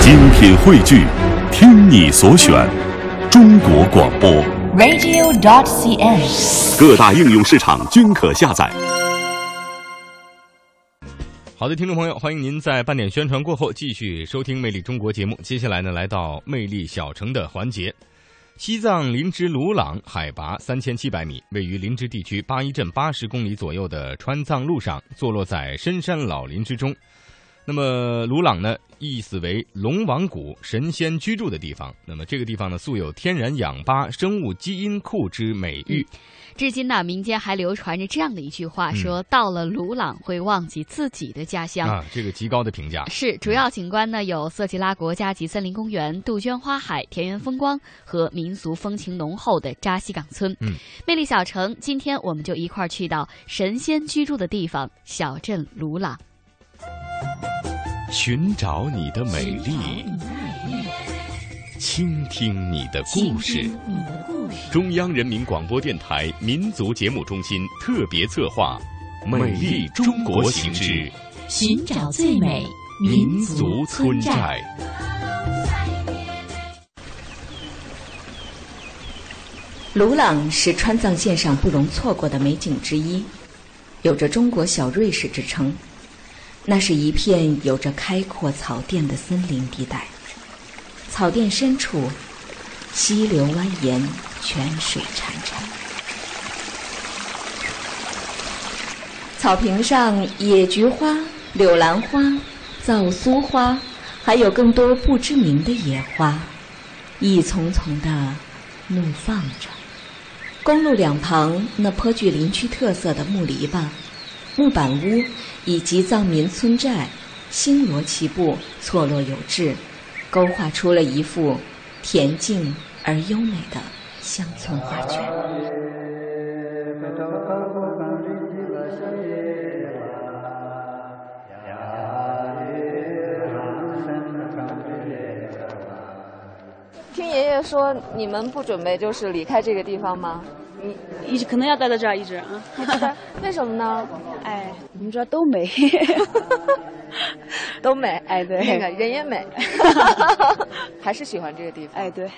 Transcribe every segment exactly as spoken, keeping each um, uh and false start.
精品汇聚，听你所选，中国广播 radio dot c n， 各大应用市场均可下载。 好的，听众朋友，欢迎您在半点宣传过后继续收听《魅力中国》节目。接下来呢，来到魅力小城的环节。西藏林芝鲁朗海拔三千七百米，位于林芝地区八一镇八十公里左右的川藏路上，坐落在深山老林之中。那么鲁朗呢，意思为龙王谷，神仙居住的地方。那么这个地方呢，素有天然氧吧生物基因库之美誉。 嗯至今呢，民间还流传着这样的一句话，说到了鲁朗会忘记自己的家乡啊，这个极高的评价。 是，主要景观呢有色季拉国家级森林公园、杜鹃花海、田园风光和民俗风情浓厚的扎西岗村。 嗯， 魅力小城，今天我们就一块儿去到神仙居住的地方——小镇鲁朗， 寻找你的美丽，倾听你的故事。中央人民广播电台民族节目中心特别策划《美丽中国行之寻找最美民族村寨》。 鲁朗是川藏线上不容错过的美景之一，有着中国小瑞士之称。那是一片有着开阔草甸的森林地带，草甸深处溪流蜿蜒，泉水潺潺，草坪上野菊花、柳兰花、皂苏花，还有更多不知名的野花，一丛丛地怒放着。公路两旁那颇具林区特色的木篱笆、木板屋以及藏民村寨，星罗棋布，错落有致，勾画出了一幅恬静而优美的乡村画卷。 听爷爷说，你们不准备就是离开这个地方吗？ 你一直可能要待在这儿一直啊， 为什么呢？ 哎，我们这儿都美， 都美， 哎，对， 那个人也美，还是喜欢这个地方， 哎，对。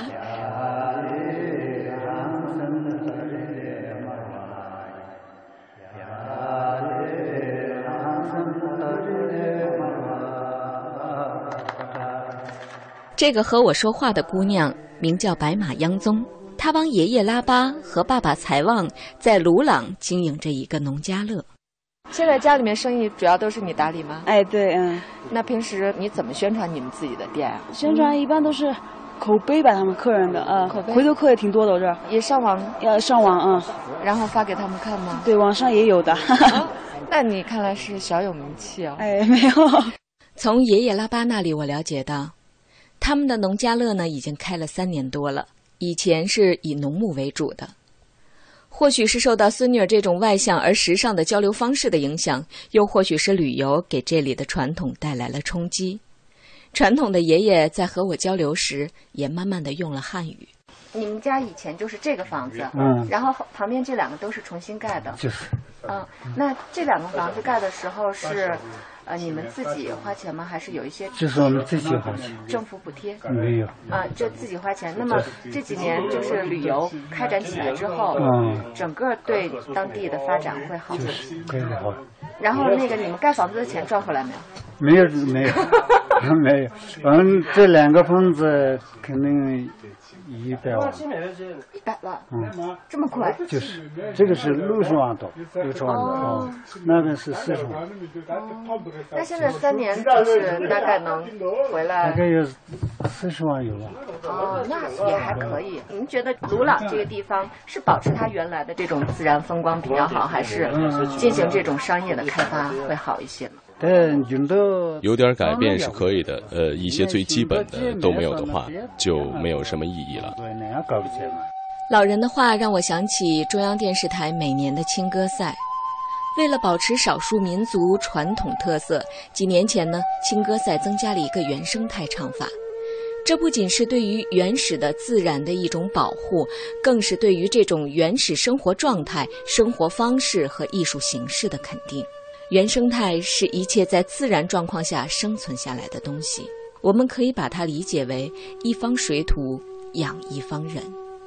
这个和我说话的姑娘名叫白马央宗，她帮爷爷拉巴和爸爸财旺在鲁朗经营着一个农家乐。 现在家里面生意主要都是你打理吗？ 哎，对，嗯。 那平时你怎么宣传你们自己的店啊？ 宣传一般都是口碑吧，他们客人的啊， 口碑， 回头客也挺多的，我这儿也上网， 要上网啊、嗯， 然后发给他们看吗？ 对，网上也有的。 哦、那你看来是小有名气哦。 哎，没有。 从爷爷拉巴那里我了解到，他们的农家乐呢已经开了三年多了，以前是以农牧为主的。或许是受到孙女儿这种外向而时尚的交流方式的影响，又或许是旅游给这里的传统带来了冲击。传统的爷爷在和我交流时，也慢慢的用了汉语。 你们家以前就是这个房子， 嗯， 然后旁边这两个都是重新盖的， 就是， 嗯，那这两个房子盖的时候是，呃，你们自己花钱吗？还是有一些？ 就是我们自己花钱。 政府补贴？ 没有。 啊，就自己花钱。那么这几年就是旅游开展起来之后， 嗯， 整个对当地的发展会好。 就是会好。 然后那个你们盖房子的钱赚回来没有？ 没有，没有，没有。嗯，这两个房子肯定一百万。 一百万？ 嗯， 这么快？ 就是这个是六十万多，六十万多，哦，那边是四十万。 哦，那现在三年就是大概能回来？ 大概有四十万有吧。 哦，那也还可以。您觉得鲁朗这个地方是保持它原来的这种自然风光比较好，还是进行这种商业的开发会好一些呢？ 有点改变是可以的，呃，一些最基本的都没有的话，就没有什么意义了。 老人的话让我想起中央电视台每年的青歌赛。为了保持少数民族传统特色，几年前呢，青歌赛增加了一个原生态唱法。这不仅是对于原始的自然的一种保护，更是对于这种原始生活状态、生活方式和艺术形式的肯定。原生态是一切在自然状况下生存下来的东西。 我们可以把它理解为一方水土养一方人。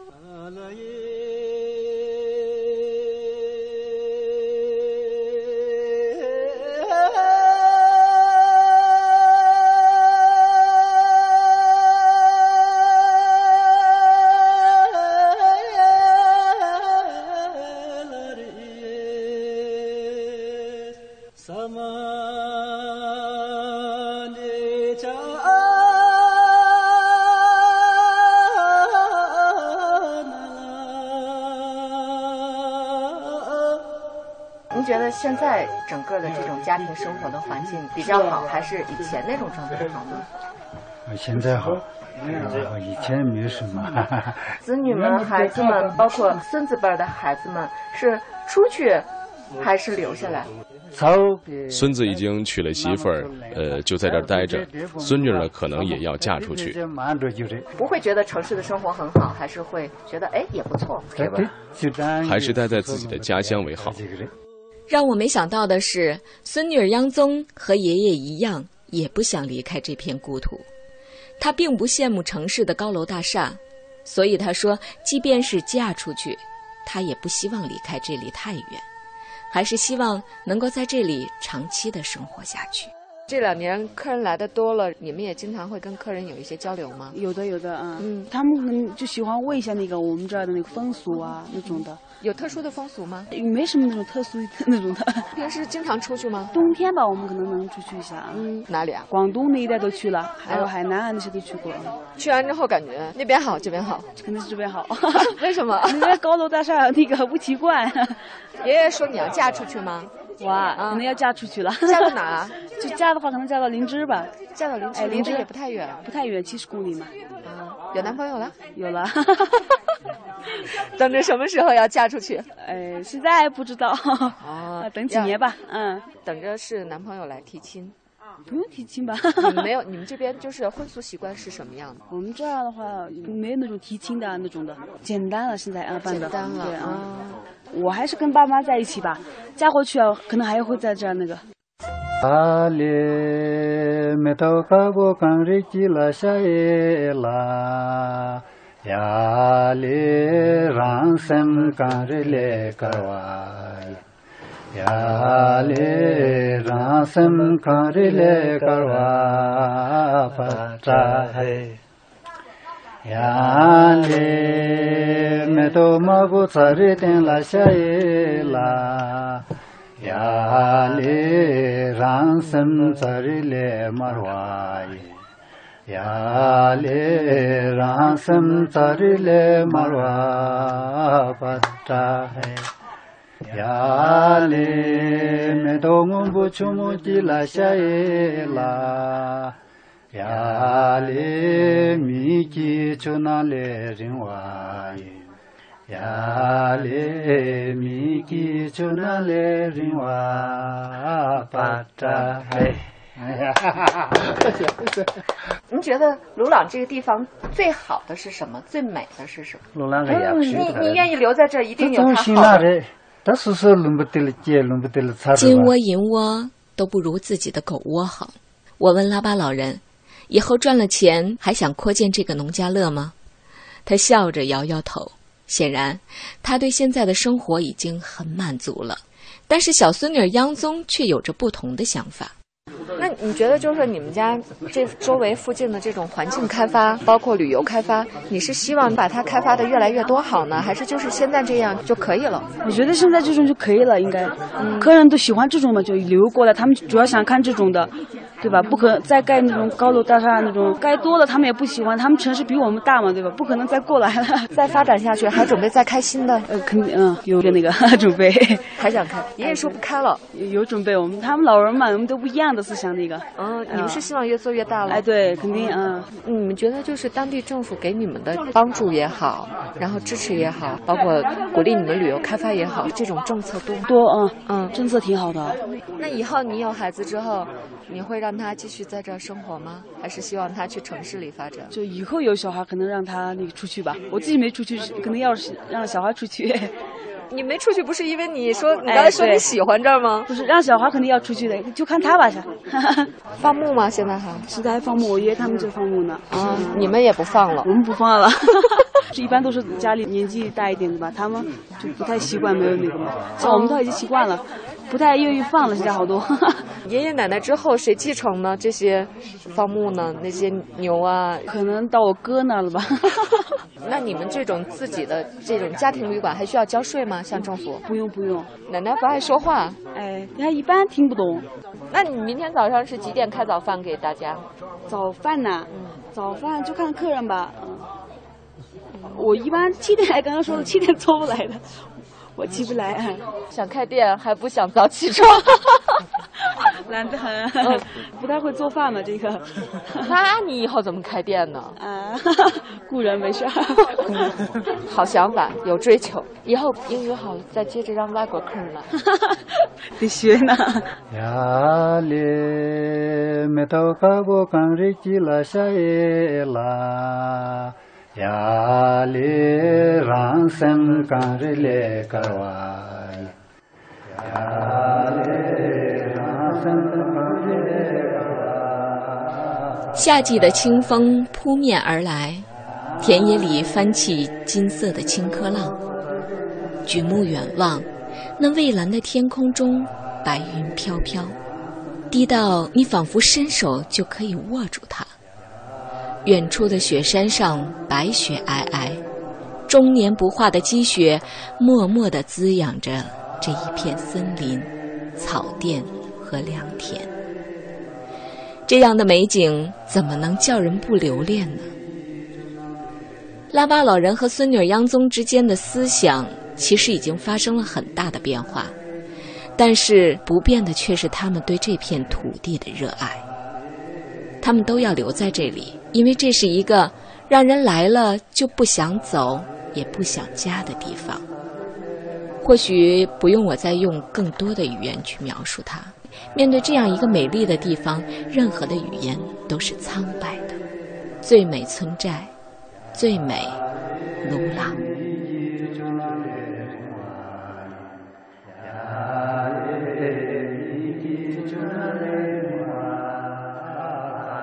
您觉得现在整个的这种家庭生活的环境比较好，还是以前那种状态好呢？ 现在好，以前没什么。 子女们、孩子们，包括孙子辈的孩子们，是出去还是留下来？ 孙子已经娶了媳妇儿，呃，就在这儿待着。孙女呢，可能也要嫁出去。 不会觉得城市的生活很好，还是会觉得哎也不错，是吧？ 还是待在自己的家乡为好。 让我没想到的是，孙女儿央宗和爷爷一样，也不想离开这片故土。她并不羡慕城市的高楼大厦，所以她说，即便是嫁出去，她也不希望离开这里太远，还是希望能够在这里长期的生活下去。 这两年客人来的多了，你们也经常会跟客人有一些交流吗？ 有的，有的啊。嗯，他们可能就喜欢问一下那个我们这儿的那个风俗啊那种的。 有特殊的风俗吗？ 没什么那种特殊的那种的。 平时经常出去吗？ 冬天吧，我们可能能出去一下。 嗯，哪里啊？ 广东那一带都去了，还有海南啊那些都去过。 去完之后感觉那边好，这边好， 肯定是这边好。 为什么？ 那边高楼大厦那个不奇怪。 爷爷说你要嫁出去吗？ 哇，可能要嫁出去了。 嫁到哪？ 就嫁的话，可能嫁到灵芝吧。 嫁到灵芝，哎，灵芝也不太远， 不太远，七十公里嘛。 啊，有男朋友了？ 有了。 等着什么时候要嫁出去？ 哎，现在不知道。 啊， 等几年吧。嗯， 等着是男朋友来提亲。 不用提亲吧？ 你们没有，你们这边就是婚俗习惯是什么样的？ 我们这儿的话，没有那种提亲的那种的，简单了，现在啊办的。 简单了， 对啊。我还是跟爸妈在一起吧，嫁回去啊，可能还会在这儿那个。 阿里没头卡布刚日基拉下耶拉，呀里让森刚日来卡哇，呀里让森刚日来卡哇发扎嘿。呀里没头马布扎日登拉下耶拉。呀里让森扎日来马哇耶，呀里让森扎日来马哇巴扎嘿，呀里没头我不出木吉拉下耶拉，呀里米吉出那来人哇耶。呀里米吉就那来人哇巴扎嘿，哎呀，谢谢谢谢。 您觉得鲁朗这个地方最好的是什么？最美的是什么？ 鲁朗这样你你愿意留在这儿，一定有它好的。 金窝银窝都不如自己的狗窝好。我问拉巴老人，以后赚了钱还想扩建这个农家乐吗？他笑着摇摇头。显然，他对现在的生活已经很满足了，但是小孙女央宗却有着不同的想法。 那你觉得，就是说你们家这周围附近的这种环境开发，包括旅游开发，你是希望把它开发的越来越多好呢，还是就是现在这样就可以了？ 我觉得现在这种就可以了，应该，嗯、客人都喜欢这种嘛，就流过来，他们主要想看这种的。对吧？不可能再盖那种高楼大厦那种，盖多了他们也不喜欢。他们城市比我们大嘛，对吧？不可能再过来了， 再发展下去，还准备再开新的？ 呃，肯定，嗯，有个那个准备， 还想开。爷爷说不开了， 有准备。我们他们老人嘛，我们都不一样的思想，那个。 嗯，你们是希望越做越大了？ 哎，对，肯定，嗯。 你们觉得就是当地政府给你们的帮助也好，然后支持也好，包括鼓励你们旅游开发也好，这种政策多多，嗯嗯，政策挺好的。 那以后你有孩子之后，你会让他继续在这儿生活吗？还是希望他去城市里发展？ 就以后有小孩，可能让他那个出去吧。我自己没出去，可能要是让小孩出去。 你没出去不是因为你说你刚才说你喜欢这儿吗？ 不是，让小孩肯定要出去的，就看他吧。是放牧吗？现在还是在放牧，我爷爷他们就放牧呢。 啊，你们也不放了？ 我们不放了。是一般都是家里年纪大一点的吧，他们就不太习惯没有那个嘛。像我们都已经习惯了，不太愿意放了。现在好多。 爷爷奶奶之后谁继承呢？这些放牧呢？那些牛啊， 可能到我哥那了吧。 那你们这种自己的这种家庭旅馆还需要交税吗？向政府？ 不用不用。 奶奶不爱说话， 哎，他一般听不懂。 那你明天早上是几点开早饭给大家？ 早饭呢？嗯，早饭就看客人吧。嗯，我一般七点，刚刚说的七点做不来的，我起不来。 想开店还不想早起床。 懒得很，嗯，不太会做饭嘛，这个。 那你以后怎么开店呢？ 啊，雇人没事儿。 好想法，有追求，以后英语好，再接着让外国客人来。 得学呢。 呀嘞，没头卡过刚日记了下耶啦，呀嘞让生刚日嘞卡哇，呀嘞。 夏季的清风扑面而来，田野里翻起金色的青稞浪。举目远望，那蔚蓝的天空中白云飘飘，低到你仿佛伸手就可以握住它。远处的雪山上白雪皑皑，终年不化的积雪默默地滋养着这一片森林、草甸和良田。这样的美景怎么能叫人不留恋呢？拉巴老人和孙女央宗之间的思想其实已经发生了很大的变化，但是不变的却是他们对这片土地的热爱。他们都要留在这里，因为这是一个让人来了就不想走也不想家的地方。或许不用我再用更多的语言去描述它，面对这样一个美丽的地方，任何的语言都是苍白的。最美村寨，最美鲁朗。